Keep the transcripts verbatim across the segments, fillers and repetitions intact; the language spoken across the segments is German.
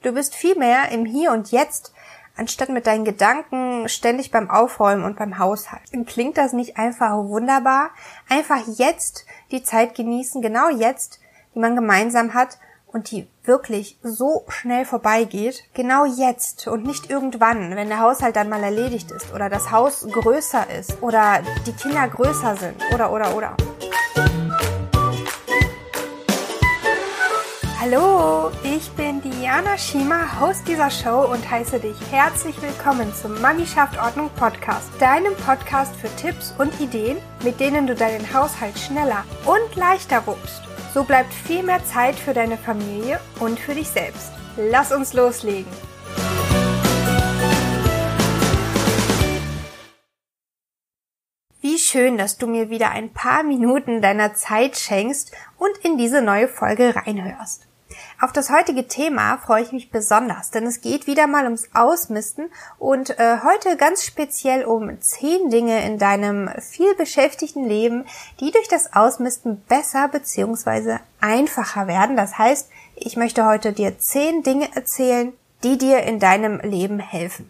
Du bist viel mehr im Hier und Jetzt, anstatt mit deinen Gedanken ständig beim Aufräumen und beim Haushalt. Klingt das nicht einfach wunderbar? Einfach jetzt die Zeit genießen, genau jetzt, die man gemeinsam hat und die wirklich so schnell vorbeigeht. Genau jetzt und nicht irgendwann, wenn der Haushalt dann mal erledigt ist oder das Haus größer ist oder die Kinder größer sind oder, oder, oder. Hallo, ich bin Diana Schiemer, Host dieser Show und heiße dich herzlich willkommen zum Mami schafft Ordnung Podcast, deinem Podcast für Tipps und Ideen, mit denen du deinen Haushalt schneller und leichter wuppst. So bleibt viel mehr Zeit für deine Familie und für dich selbst. Lass uns loslegen. Wie schön, dass du mir wieder ein paar Minuten deiner Zeit schenkst und in diese neue Folge reinhörst. Auf das heutige Thema freue ich mich besonders, denn es geht wieder mal ums Ausmisten und äh, heute ganz speziell um zehn Dinge in deinem vielbeschäftigten Leben, die durch das Ausmisten besser bzw. einfacher werden. Das heißt, ich möchte heute dir zehn Dinge erzählen, die dir in deinem Leben helfen.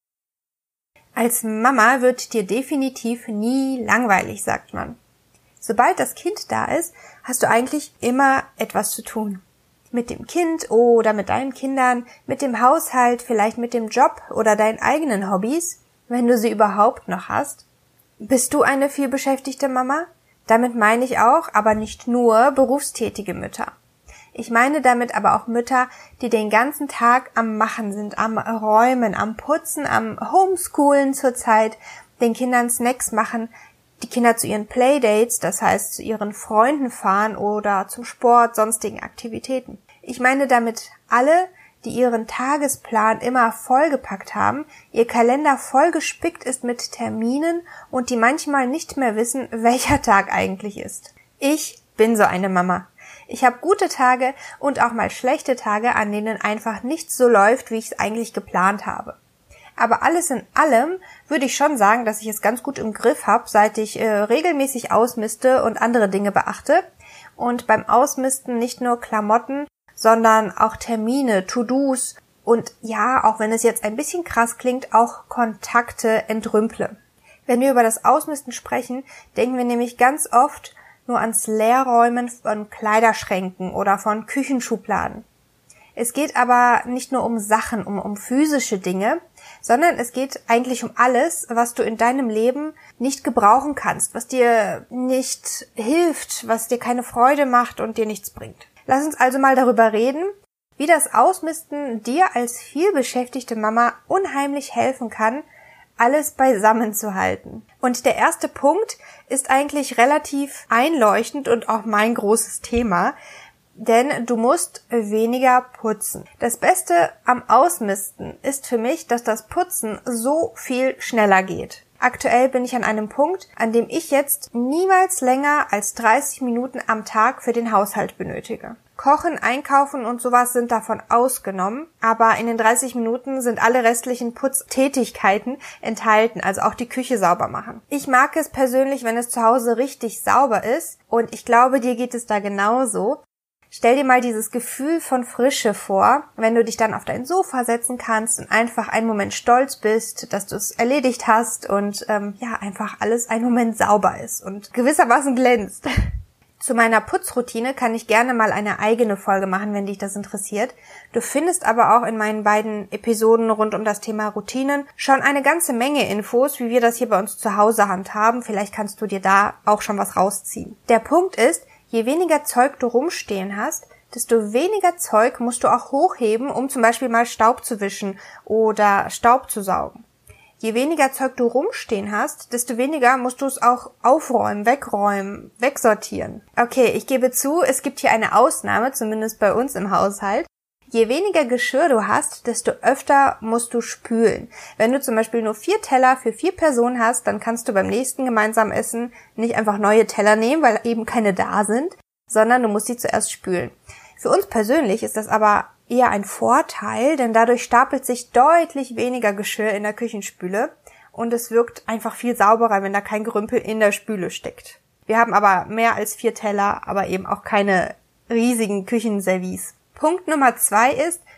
Als Mama wird dir definitiv nie langweilig, sagt man. Sobald das Kind da ist, hast du eigentlich immer etwas zu tun. Mit dem Kind oder mit deinen Kindern, mit dem Haushalt, vielleicht mit dem Job oder deinen eigenen Hobbys, wenn du sie überhaupt noch hast. Bist du eine vielbeschäftigte Mama? Damit meine ich auch, aber nicht nur, berufstätige Mütter. Ich meine damit aber auch Mütter, die den ganzen Tag am Machen sind, am Räumen, am Putzen, am Homeschoolen zurzeit, den Kindern Snacks machen, die Kinder zu ihren Playdates, das heißt zu ihren Freunden fahren oder zum Sport, sonstigen Aktivitäten. Ich meine damit alle, die ihren Tagesplan immer vollgepackt haben, ihr Kalender vollgespickt ist mit Terminen und die manchmal nicht mehr wissen, welcher Tag eigentlich ist. Ich bin so eine Mama. Ich habe gute Tage und auch mal schlechte Tage, an denen einfach nichts so läuft, wie ich es eigentlich geplant habe. Aber alles in allem würde ich schon sagen, dass ich es ganz gut im Griff habe, seit ich äh, regelmäßig ausmiste und andere Dinge beachte. Und beim Ausmisten nicht nur Klamotten, sondern auch Termine, To-Dos und ja, auch wenn es jetzt ein bisschen krass klingt, auch Kontakte entrümple. Wenn wir über das Ausmisten sprechen, denken wir nämlich ganz oft nur ans Leerräumen von Kleiderschränken oder von Küchenschubladen. Es geht aber nicht nur um Sachen, um, um physische Dinge, sondern es geht eigentlich um alles, was du in deinem Leben nicht gebrauchen kannst, was dir nicht hilft, was dir keine Freude macht und dir nichts bringt. Lass uns also mal darüber reden, wie das Ausmisten dir als vielbeschäftigte Mama unheimlich helfen kann, alles beisammen zu halten. Und der erste Punkt ist eigentlich relativ einleuchtend und auch mein großes Thema, denn du musst weniger putzen. Das Beste am Ausmisten ist für mich, dass das Putzen so viel schneller geht. Aktuell bin ich an einem Punkt, an dem ich jetzt niemals länger als dreißig Minuten am Tag für den Haushalt benötige. Kochen, Einkaufen und sowas sind davon ausgenommen, aber in den dreißig Minuten sind alle restlichen Putztätigkeiten enthalten, also auch die Küche sauber machen. Ich mag es persönlich, wenn es zu Hause richtig sauber ist und ich glaube, dir geht es da genauso. Stell dir mal dieses Gefühl von Frische vor, wenn du dich dann auf dein Sofa setzen kannst und einfach einen Moment stolz bist, dass du es erledigt hast und ähm, ja, einfach alles einen Moment sauber ist und gewissermaßen glänzt. Zu meiner Putzroutine kann ich gerne mal eine eigene Folge machen, wenn dich das interessiert. Du findest aber auch in meinen beiden Episoden rund um das Thema Routinen schon eine ganze Menge Infos, wie wir das hier bei uns zu Hause handhaben. Vielleicht kannst du dir da auch schon was rausziehen. Der Punkt ist, je weniger Zeug du rumstehen hast, desto weniger Zeug musst du auch hochheben, um zum Beispiel mal Staub zu wischen oder Staub zu saugen. Je weniger Zeug du rumstehen hast, desto weniger musst du es auch aufräumen, wegräumen, wegsortieren. Okay, ich gebe zu, es gibt hier eine Ausnahme, zumindest bei uns im Haushalt. Je weniger Geschirr du hast, desto öfter musst du spülen. Wenn du zum Beispiel nur vier Teller für vier Personen hast, dann kannst du beim nächsten gemeinsamen Essen nicht einfach neue Teller nehmen, weil eben keine da sind, sondern du musst sie zuerst spülen. Für uns persönlich ist das aber eher ein Vorteil, denn dadurch stapelt sich deutlich weniger Geschirr in der Küchenspüle und es wirkt einfach viel sauberer, wenn da kein Gerümpel in der Spüle steckt. Wir haben aber mehr als vier Teller, aber eben auch keine riesigen Küchenservice. Punkt Nummer zwei ist,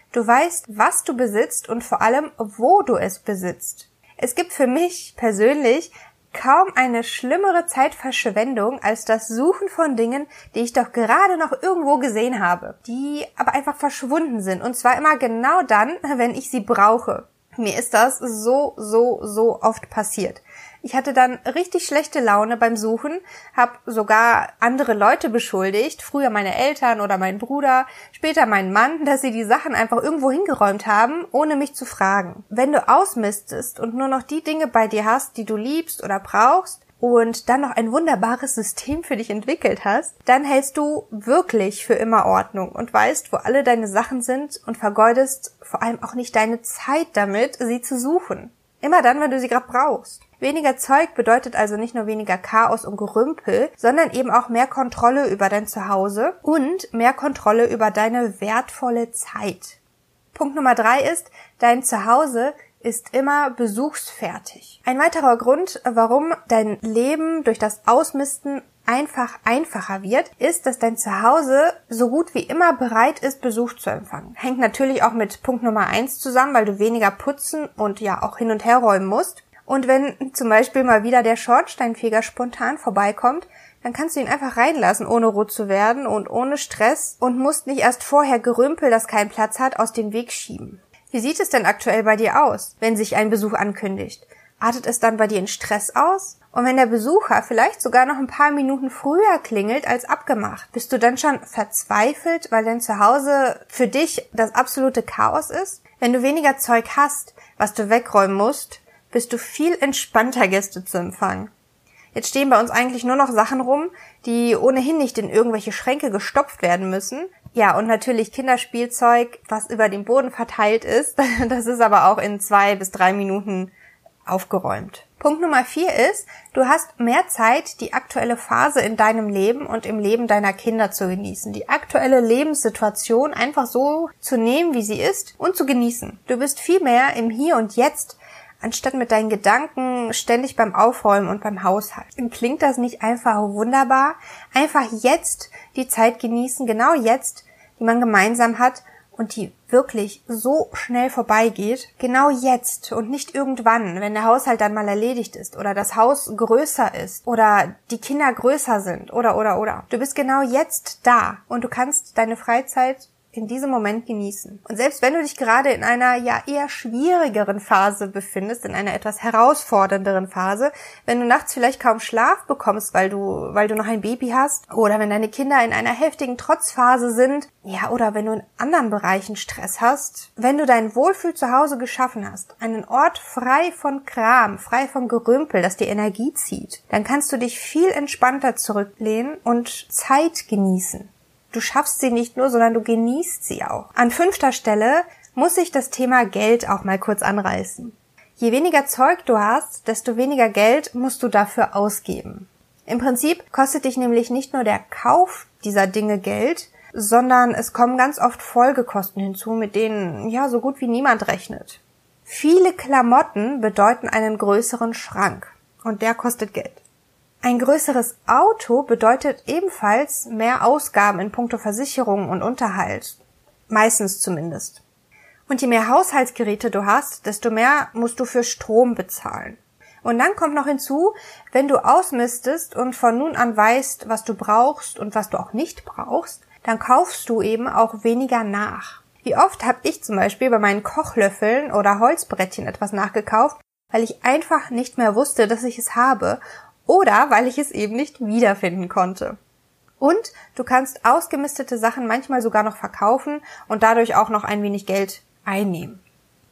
Du weißt, was du besitzt und vor allem, wo du es besitzt. Es gibt für mich persönlich kaum eine schlimmere Zeitverschwendung als das Suchen von Dingen, die ich doch gerade noch irgendwo gesehen habe, die aber einfach verschwunden sind, und zwar immer genau dann, wenn ich sie brauche. Mir ist das so, so, so oft passiert. Ich hatte dann richtig schlechte Laune beim Suchen, habe sogar andere Leute beschuldigt, früher meine Eltern oder mein Bruder, später meinen Mann, dass sie die Sachen einfach irgendwo hingeräumt haben, ohne mich zu fragen. Wenn du ausmistest und nur noch die Dinge bei dir hast, die du liebst oder brauchst, und dann noch ein wunderbares System für dich entwickelt hast, dann hältst du wirklich für immer Ordnung und weißt, wo alle deine Sachen sind und vergeudest vor allem auch nicht deine Zeit damit, sie zu suchen. Immer dann, wenn du sie gerade brauchst. Weniger Zeug bedeutet also nicht nur weniger Chaos und Gerümpel, sondern eben auch mehr Kontrolle über dein Zuhause und mehr Kontrolle über deine wertvolle Zeit. Punkt Nummer drei ist, dein Zuhause ist immer besuchsfertig. Ein weiterer Grund, warum dein Leben durch das Ausmisten einfach einfacher wird, ist, dass dein Zuhause so gut wie immer bereit ist, Besuch zu empfangen. Hängt natürlich auch mit Punkt Nummer eins zusammen, weil du weniger putzen und ja auch hin und her räumen musst. Und wenn zum Beispiel mal wieder der Schornsteinfeger spontan vorbeikommt, dann kannst du ihn einfach reinlassen, ohne rot zu werden und ohne Stress, und musst nicht erst vorher Gerümpel, das keinen Platz hat, aus dem Weg schieben. Wie sieht es denn aktuell bei dir aus, wenn sich ein Besuch ankündigt? Artet es dann bei dir in Stress aus? Und wenn der Besucher vielleicht sogar noch ein paar Minuten früher klingelt als abgemacht, bist du dann schon verzweifelt, weil dein Zuhause für dich das absolute Chaos ist? Wenn du weniger Zeug hast, was du wegräumen musst, bist du viel entspannter, Gäste zu empfangen. Jetzt stehen bei uns eigentlich nur noch Sachen rum, die ohnehin nicht in irgendwelche Schränke gestopft werden müssen. Ja, und natürlich Kinderspielzeug, was über den Boden verteilt ist. Das ist aber auch in zwei bis drei Minuten aufgeräumt. Punkt Nummer vier ist, du hast mehr Zeit, die aktuelle Phase in deinem Leben und im Leben deiner Kinder zu genießen. Die aktuelle Lebenssituation einfach so zu nehmen, wie sie ist, und zu genießen. Du bist viel mehr im Hier und Jetzt, anstatt mit deinen Gedanken ständig beim Aufräumen und beim Haushalt. Klingt das nicht einfach wunderbar? Einfach jetzt die Zeit genießen, genau jetzt, die man gemeinsam hat und die wirklich so schnell vorbeigeht. Genau jetzt und nicht irgendwann, wenn der Haushalt dann mal erledigt ist oder das Haus größer ist oder die Kinder größer sind oder, oder, oder. Du bist genau jetzt da und du kannst deine Freizeit in diesem Moment genießen. Und selbst wenn du dich gerade in einer ja eher schwierigeren Phase befindest, in einer etwas herausfordernderen Phase, wenn du nachts vielleicht kaum Schlaf bekommst, weil du weil du noch ein Baby hast, oder wenn deine Kinder in einer heftigen Trotzphase sind, ja, oder wenn du in anderen Bereichen Stress hast, wenn du dein Wohlfühl zu Hause geschaffen hast, einen Ort frei von Kram, frei von Gerümpel, das dir Energie zieht, dann kannst du dich viel entspannter zurücklehnen und Zeit genießen. Du schaffst sie nicht nur, sondern du genießt sie auch. An fünfter Stelle muss ich das Thema Geld auch mal kurz anreißen. Je weniger Zeug du hast, desto weniger Geld musst du dafür ausgeben. Im Prinzip kostet dich nämlich nicht nur der Kauf dieser Dinge Geld, sondern es kommen ganz oft Folgekosten hinzu, mit denen ja so gut wie niemand rechnet. Viele Klamotten bedeuten einen größeren Schrank und der kostet Geld. Ein größeres Auto bedeutet ebenfalls mehr Ausgaben in puncto Versicherung und Unterhalt. Meistens zumindest. Und je mehr Haushaltsgeräte du hast, desto mehr musst du für Strom bezahlen. Und dann kommt noch hinzu, wenn du ausmistest und von nun an weißt, was du brauchst und was du auch nicht brauchst, dann kaufst du eben auch weniger nach. Wie oft habe ich zum Beispiel bei meinen Kochlöffeln oder Holzbrettchen etwas nachgekauft, weil ich einfach nicht mehr wusste, dass ich es habe, oder weil ich es eben nicht wiederfinden konnte. Und du kannst ausgemistete Sachen manchmal sogar noch verkaufen und dadurch auch noch ein wenig Geld einnehmen.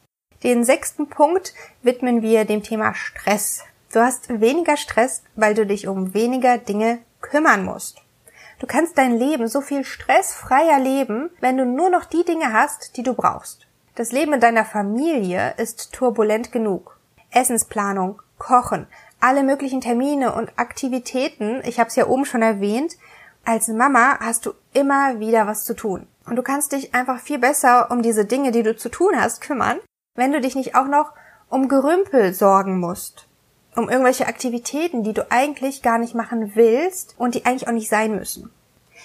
Den sechsten Punkt widmen wir dem Thema Stress. Du hast weniger Stress, weil du dich um weniger Dinge kümmern musst. Du kannst dein Leben so viel stressfreier leben, wenn du nur noch die Dinge hast, die du brauchst. Das Leben in deiner Familie ist turbulent genug. Essensplanung, Kochen, alle möglichen Termine und Aktivitäten, ich habe es ja oben schon erwähnt, als Mama hast du immer wieder was zu tun. Und du kannst dich einfach viel besser um diese Dinge, die du zu tun hast, kümmern, wenn du dich nicht auch noch um Gerümpel sorgen musst. Um irgendwelche Aktivitäten, die du eigentlich gar nicht machen willst und die eigentlich auch nicht sein müssen.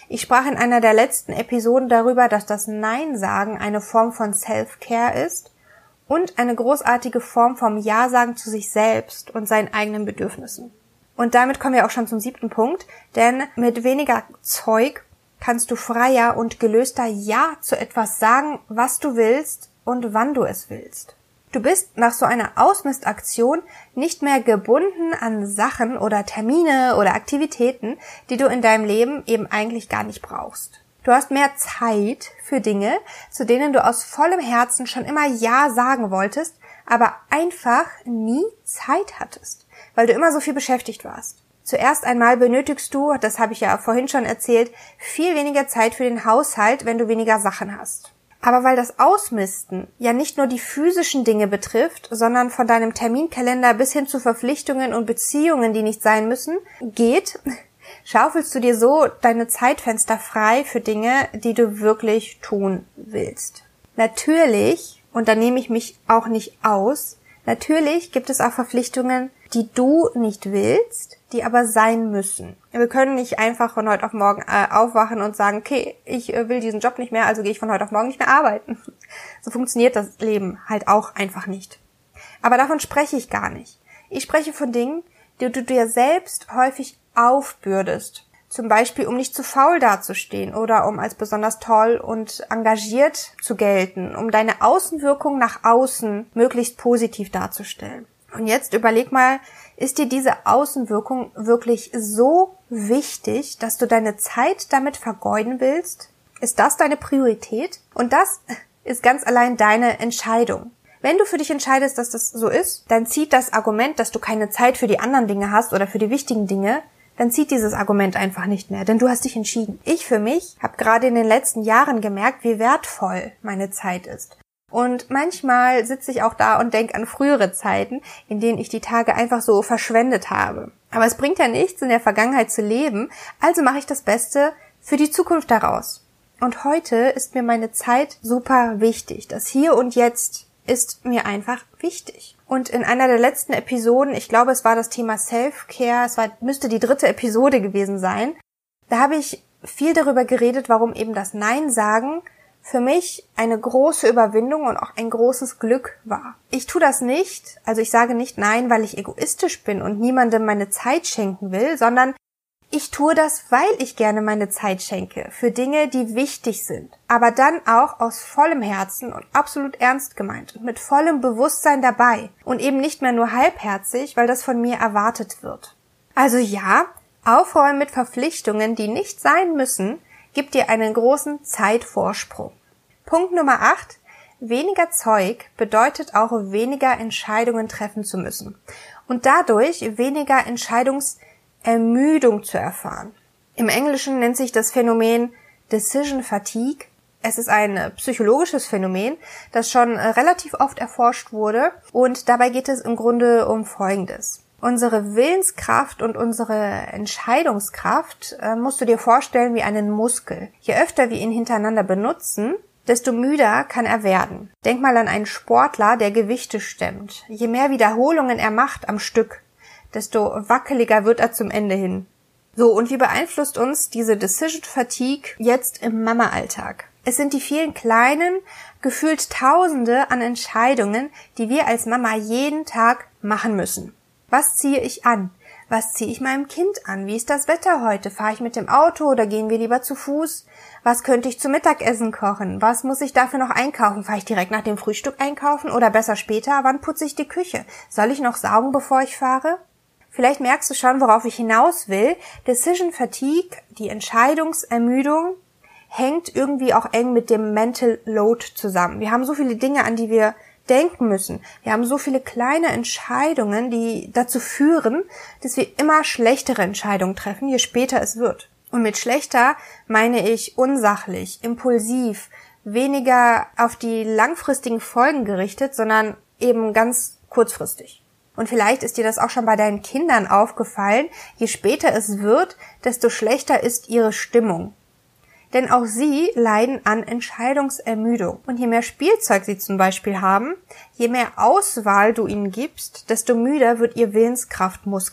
Ich sprach in einer der letzten Episoden darüber, dass das Nein-Sagen eine Form von Self-Care ist und eine großartige Form vom Ja-Sagen zu sich selbst und seinen eigenen Bedürfnissen. Und damit kommen wir auch schon zum siebten Punkt, denn mit weniger Zeug kannst du freier und gelöster Ja zu etwas sagen, was du willst und wann du es willst. Du bist nach so einer Ausmistaktion nicht mehr gebunden an Sachen oder Termine oder Aktivitäten, die du in deinem Leben eben eigentlich gar nicht brauchst. Du hast mehr Zeit für Dinge, zu denen du aus vollem Herzen schon immer Ja sagen wolltest, aber einfach nie Zeit hattest, weil du immer so viel beschäftigt warst. Zuerst einmal benötigst du, das habe ich ja vorhin schon erzählt, viel weniger Zeit für den Haushalt, wenn du weniger Sachen hast. Aber weil das Ausmisten ja nicht nur die physischen Dinge betrifft, sondern von deinem Terminkalender bis hin zu Verpflichtungen und Beziehungen, die nicht sein müssen, geht, schaufelst du dir so deine Zeitfenster frei für Dinge, die du wirklich tun willst. Natürlich, und da nehme ich mich auch nicht aus, natürlich gibt es auch Verpflichtungen, die du nicht willst, die aber sein müssen. Wir können nicht einfach von heute auf morgen äh, aufwachen und sagen, okay, ich äh, will diesen Job nicht mehr, also gehe ich von heute auf morgen nicht mehr arbeiten. So funktioniert das Leben halt auch einfach nicht. Aber davon spreche ich gar nicht. Ich spreche von Dingen, die du dir selbst häufig aufbürdest. Zum Beispiel, um nicht zu faul dazustehen oder um als besonders toll und engagiert zu gelten, um deine Außenwirkung nach außen möglichst positiv darzustellen. Und jetzt überleg mal, ist dir diese Außenwirkung wirklich so wichtig, dass du deine Zeit damit vergeuden willst? Ist das deine Priorität? Und das ist ganz allein deine Entscheidung. Wenn du für dich entscheidest, dass das so ist, dann zieht das Argument, dass du keine Zeit für die anderen Dinge hast oder für die wichtigen Dinge, dann zieht dieses Argument einfach nicht mehr, denn du hast dich entschieden. Ich für mich habe gerade in den letzten Jahren gemerkt, wie wertvoll meine Zeit ist. Und manchmal sitze ich auch da und denke an frühere Zeiten, in denen ich die Tage einfach so verschwendet habe. Aber es bringt ja nichts, in der Vergangenheit zu leben, also mache ich das Beste für die Zukunft daraus. Und heute ist mir meine Zeit super wichtig. Das Hier und Jetzt ist mir einfach wichtig. Und in einer der letzten Episoden, ich glaube, es war das Thema Self-Care, es war, müsste die dritte Episode gewesen sein, da habe ich viel darüber geredet, warum eben das Nein sagen für mich eine große Überwindung und auch ein großes Glück war. Ich tue das nicht, also ich sage nicht Nein, weil ich egoistisch bin und niemandem meine Zeit schenken will, sondern ich tue das, weil ich gerne meine Zeit schenke für Dinge, die wichtig sind, aber dann auch aus vollem Herzen und absolut ernst gemeint und mit vollem Bewusstsein dabei und eben nicht mehr nur halbherzig, weil das von mir erwartet wird. Also ja, aufräumen mit Verpflichtungen, die nicht sein müssen, gibt dir einen großen Zeitvorsprung. Punkt Nummer acht. Weniger Zeug bedeutet auch weniger Entscheidungen treffen zu müssen und dadurch weniger Entscheidungsermüdung zu erfahren. Im Englischen nennt sich das Phänomen Decision Fatigue. Es ist ein psychologisches Phänomen, das schon relativ oft erforscht wurde und dabei geht es im Grunde um Folgendes. Unsere Willenskraft und unsere Entscheidungskraft äh, musst du dir vorstellen wie einen Muskel. Je öfter wir ihn hintereinander benutzen, desto müder kann er werden. Denk mal an einen Sportler, der Gewichte stemmt. Je mehr Wiederholungen er macht am Stück, desto wackeliger wird er zum Ende hin. So, und wie beeinflusst uns diese Decision Fatigue jetzt im Mama-Alltag? Es sind die vielen kleinen, gefühlt Tausende an Entscheidungen, die wir als Mama jeden Tag machen müssen. Was ziehe ich an? Was ziehe ich meinem Kind an? Wie ist das Wetter heute? Fahre ich mit dem Auto oder gehen wir lieber zu Fuß? Was könnte ich zum Mittagessen kochen? Was muss ich dafür noch einkaufen? Fahre ich direkt nach dem Frühstück einkaufen oder besser später? Wann putze ich die Küche? Soll ich noch saugen, bevor ich fahre? Vielleicht merkst du schon, worauf ich hinaus will. Decision Fatigue, die Entscheidungsermüdung, hängt irgendwie auch eng mit dem Mental Load zusammen. Wir haben so viele Dinge, an die wir denken müssen. Wir haben so viele kleine Entscheidungen, die dazu führen, dass wir immer schlechtere Entscheidungen treffen, je später es wird. Und mit schlechter meine ich unsachlich, impulsiv, weniger auf die langfristigen Folgen gerichtet, sondern eben ganz kurzfristig. Und vielleicht ist dir das auch schon bei deinen Kindern aufgefallen, je später es wird, desto schlechter ist ihre Stimmung. Denn auch sie leiden an Entscheidungsermüdung. Und je mehr Spielzeug sie zum Beispiel haben, je mehr Auswahl du ihnen gibst, desto müder wird ihr Willenskraftmuskel.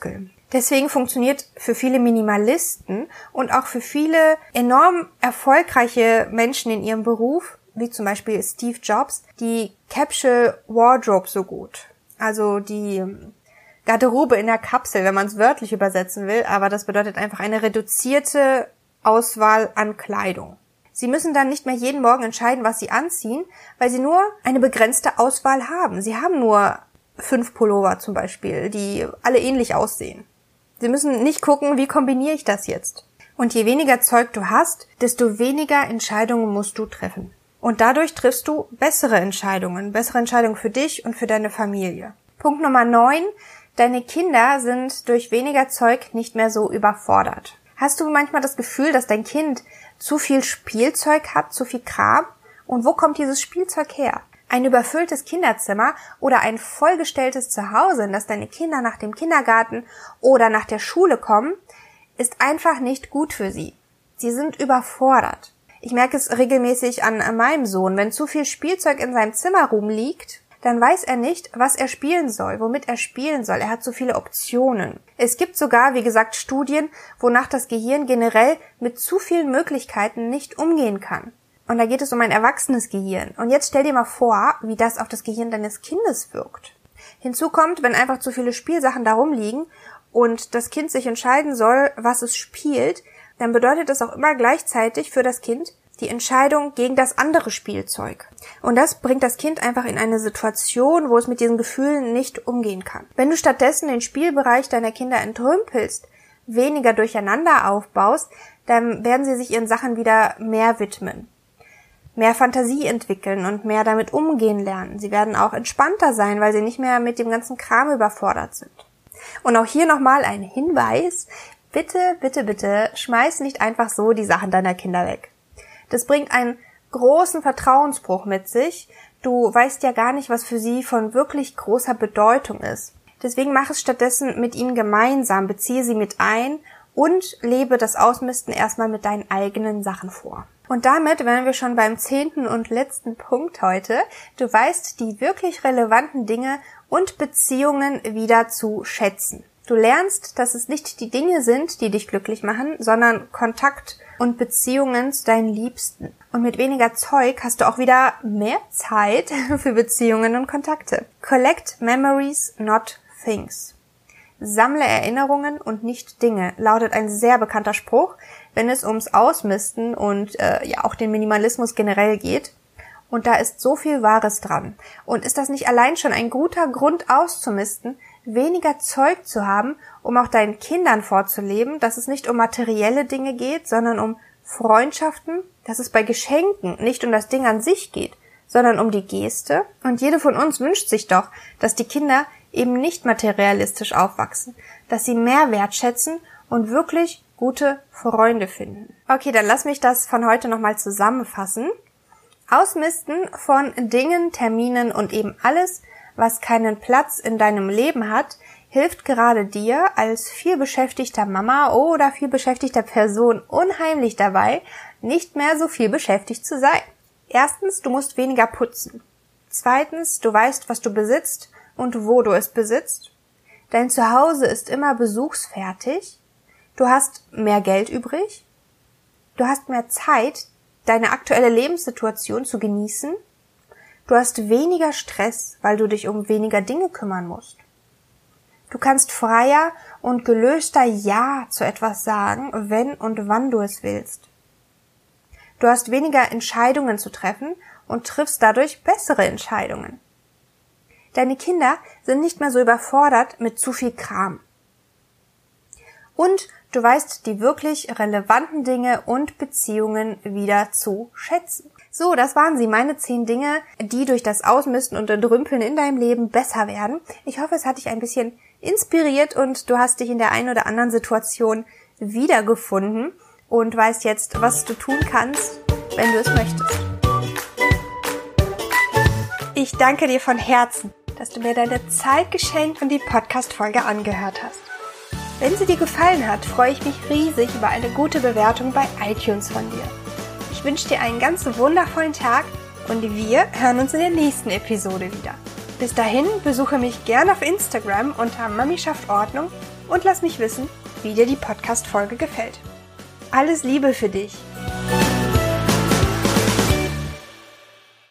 Deswegen funktioniert für viele Minimalisten und auch für viele enorm erfolgreiche Menschen in ihrem Beruf, wie zum Beispiel Steve Jobs, die Capsule Wardrobe so gut. Also die Garderobe in der Kapsel, wenn man es wörtlich übersetzen will, aber das bedeutet einfach eine reduzierte Auswahl an Kleidung. Sie müssen dann nicht mehr jeden Morgen entscheiden, was sie anziehen, weil sie nur eine begrenzte Auswahl haben. Sie haben nur fünf Pullover zum Beispiel, die alle ähnlich aussehen. Sie müssen nicht gucken, wie kombiniere ich das jetzt. Und je weniger Zeug du hast, desto weniger Entscheidungen musst du treffen. Und dadurch triffst du bessere Entscheidungen, bessere Entscheidungen für dich und für deine Familie. Punkt Nummer neun. Deine Kinder sind durch weniger Zeug nicht mehr so überfordert. Hast du manchmal das Gefühl, dass dein Kind zu viel Spielzeug hat, zu viel Kram? Und wo kommt dieses Spielzeug her? Ein überfülltes Kinderzimmer oder ein vollgestelltes Zuhause, in das deine Kinder nach dem Kindergarten oder nach der Schule kommen, ist einfach nicht gut für sie. Sie sind überfordert. Ich merke es regelmäßig an meinem Sohn. Wenn zu viel Spielzeug in seinem Zimmer rumliegt, dann weiß er nicht, was er spielen soll, womit er spielen soll. Er hat so viele Optionen. Es gibt sogar, wie gesagt, Studien, wonach das Gehirn generell mit zu vielen Möglichkeiten nicht umgehen kann. Und da geht es um ein erwachsenes Gehirn. Und jetzt stell dir mal vor, wie das auf das Gehirn deines Kindes wirkt. Hinzu kommt, wenn einfach zu viele Spielsachen da rumliegen und das Kind sich entscheiden soll, was es spielt, dann bedeutet das auch immer gleichzeitig für das Kind die Entscheidung gegen das andere Spielzeug. Und das bringt das Kind einfach in eine Situation, wo es mit diesen Gefühlen nicht umgehen kann. Wenn du stattdessen den Spielbereich deiner Kinder entrümpelst, weniger durcheinander aufbaust, dann werden sie sich ihren Sachen wieder mehr widmen, mehr Fantasie entwickeln und mehr damit umgehen lernen. Sie werden auch entspannter sein, weil sie nicht mehr mit dem ganzen Kram überfordert sind. Und auch hier nochmal ein Hinweis: Bitte, bitte, bitte, schmeiß nicht einfach so die Sachen deiner Kinder weg. Das bringt einen großen Vertrauensbruch mit sich. Du weißt ja gar nicht, was für sie von wirklich großer Bedeutung ist. Deswegen mach es stattdessen mit ihnen gemeinsam, beziehe sie mit ein und lebe das Ausmisten erstmal mit deinen eigenen Sachen vor. Und damit wären wir schon beim zehnten und letzten Punkt heute. Du weißt die wirklich relevanten Dinge und Beziehungen wieder zu schätzen. Du lernst, dass es nicht die Dinge sind, die dich glücklich machen, sondern Kontakt und Beziehungen zu deinen Liebsten. Und mit weniger Zeug hast du auch wieder mehr Zeit für Beziehungen und Kontakte. Collect memories, not things. Sammle Erinnerungen und nicht Dinge, lautet ein sehr bekannter Spruch, wenn es ums Ausmisten und äh, ja auch den Minimalismus generell geht. Und da ist so viel Wahres dran. Und ist das nicht allein schon ein guter Grund auszumisten, weniger Zeug zu haben, um auch deinen Kindern vorzuleben, dass es nicht um materielle Dinge geht, sondern um Freundschaften, dass es bei Geschenken nicht um das Ding an sich geht, sondern um die Geste. Und jede von uns wünscht sich doch, dass die Kinder eben nicht materialistisch aufwachsen, dass sie mehr wertschätzen und wirklich gute Freunde finden. Okay, dann lass mich das von heute nochmal zusammenfassen. Ausmisten von Dingen, Terminen und eben alles, was keinen Platz in deinem Leben hat, hilft gerade dir als vielbeschäftigter Mama oder vielbeschäftigter Person unheimlich dabei, nicht mehr so viel beschäftigt zu sein. Erstens, du musst weniger putzen. Zweitens, du weißt, was du besitzt und wo du es besitzt. Dein Zuhause ist immer besuchsfertig. Du hast mehr Geld übrig. Du hast mehr Zeit, deine aktuelle Lebenssituation zu genießen. Du hast weniger Stress, weil du dich um weniger Dinge kümmern musst. Du kannst freier und gelöster Ja zu etwas sagen, wenn und wann du es willst. Du hast weniger Entscheidungen zu treffen und triffst dadurch bessere Entscheidungen. Deine Kinder sind nicht mehr so überfordert mit zu viel Kram. Und du weißt die wirklich relevanten Dinge und Beziehungen wieder zu schätzen. So, das waren sie, meine zehn Dinge, die durch das Ausmisten und Entrümpeln in deinem Leben besser werden. Ich hoffe, es hat dich ein bisschen inspiriert und du hast dich in der einen oder anderen Situation wiedergefunden und weißt jetzt, was du tun kannst, wenn du es möchtest. Ich danke dir von Herzen, dass du mir deine Zeit geschenkt und die Podcast-Folge angehört hast. Wenn sie dir gefallen hat, freue ich mich riesig über eine gute Bewertung bei iTunes von dir. Ich wünsche dir einen ganz wundervollen Tag und wir hören uns in der nächsten Episode wieder. Bis dahin besuche mich gerne auf Instagram unter Mami schafft Ordnung und lass mich wissen, wie dir die Podcast-Folge gefällt. Alles Liebe für dich!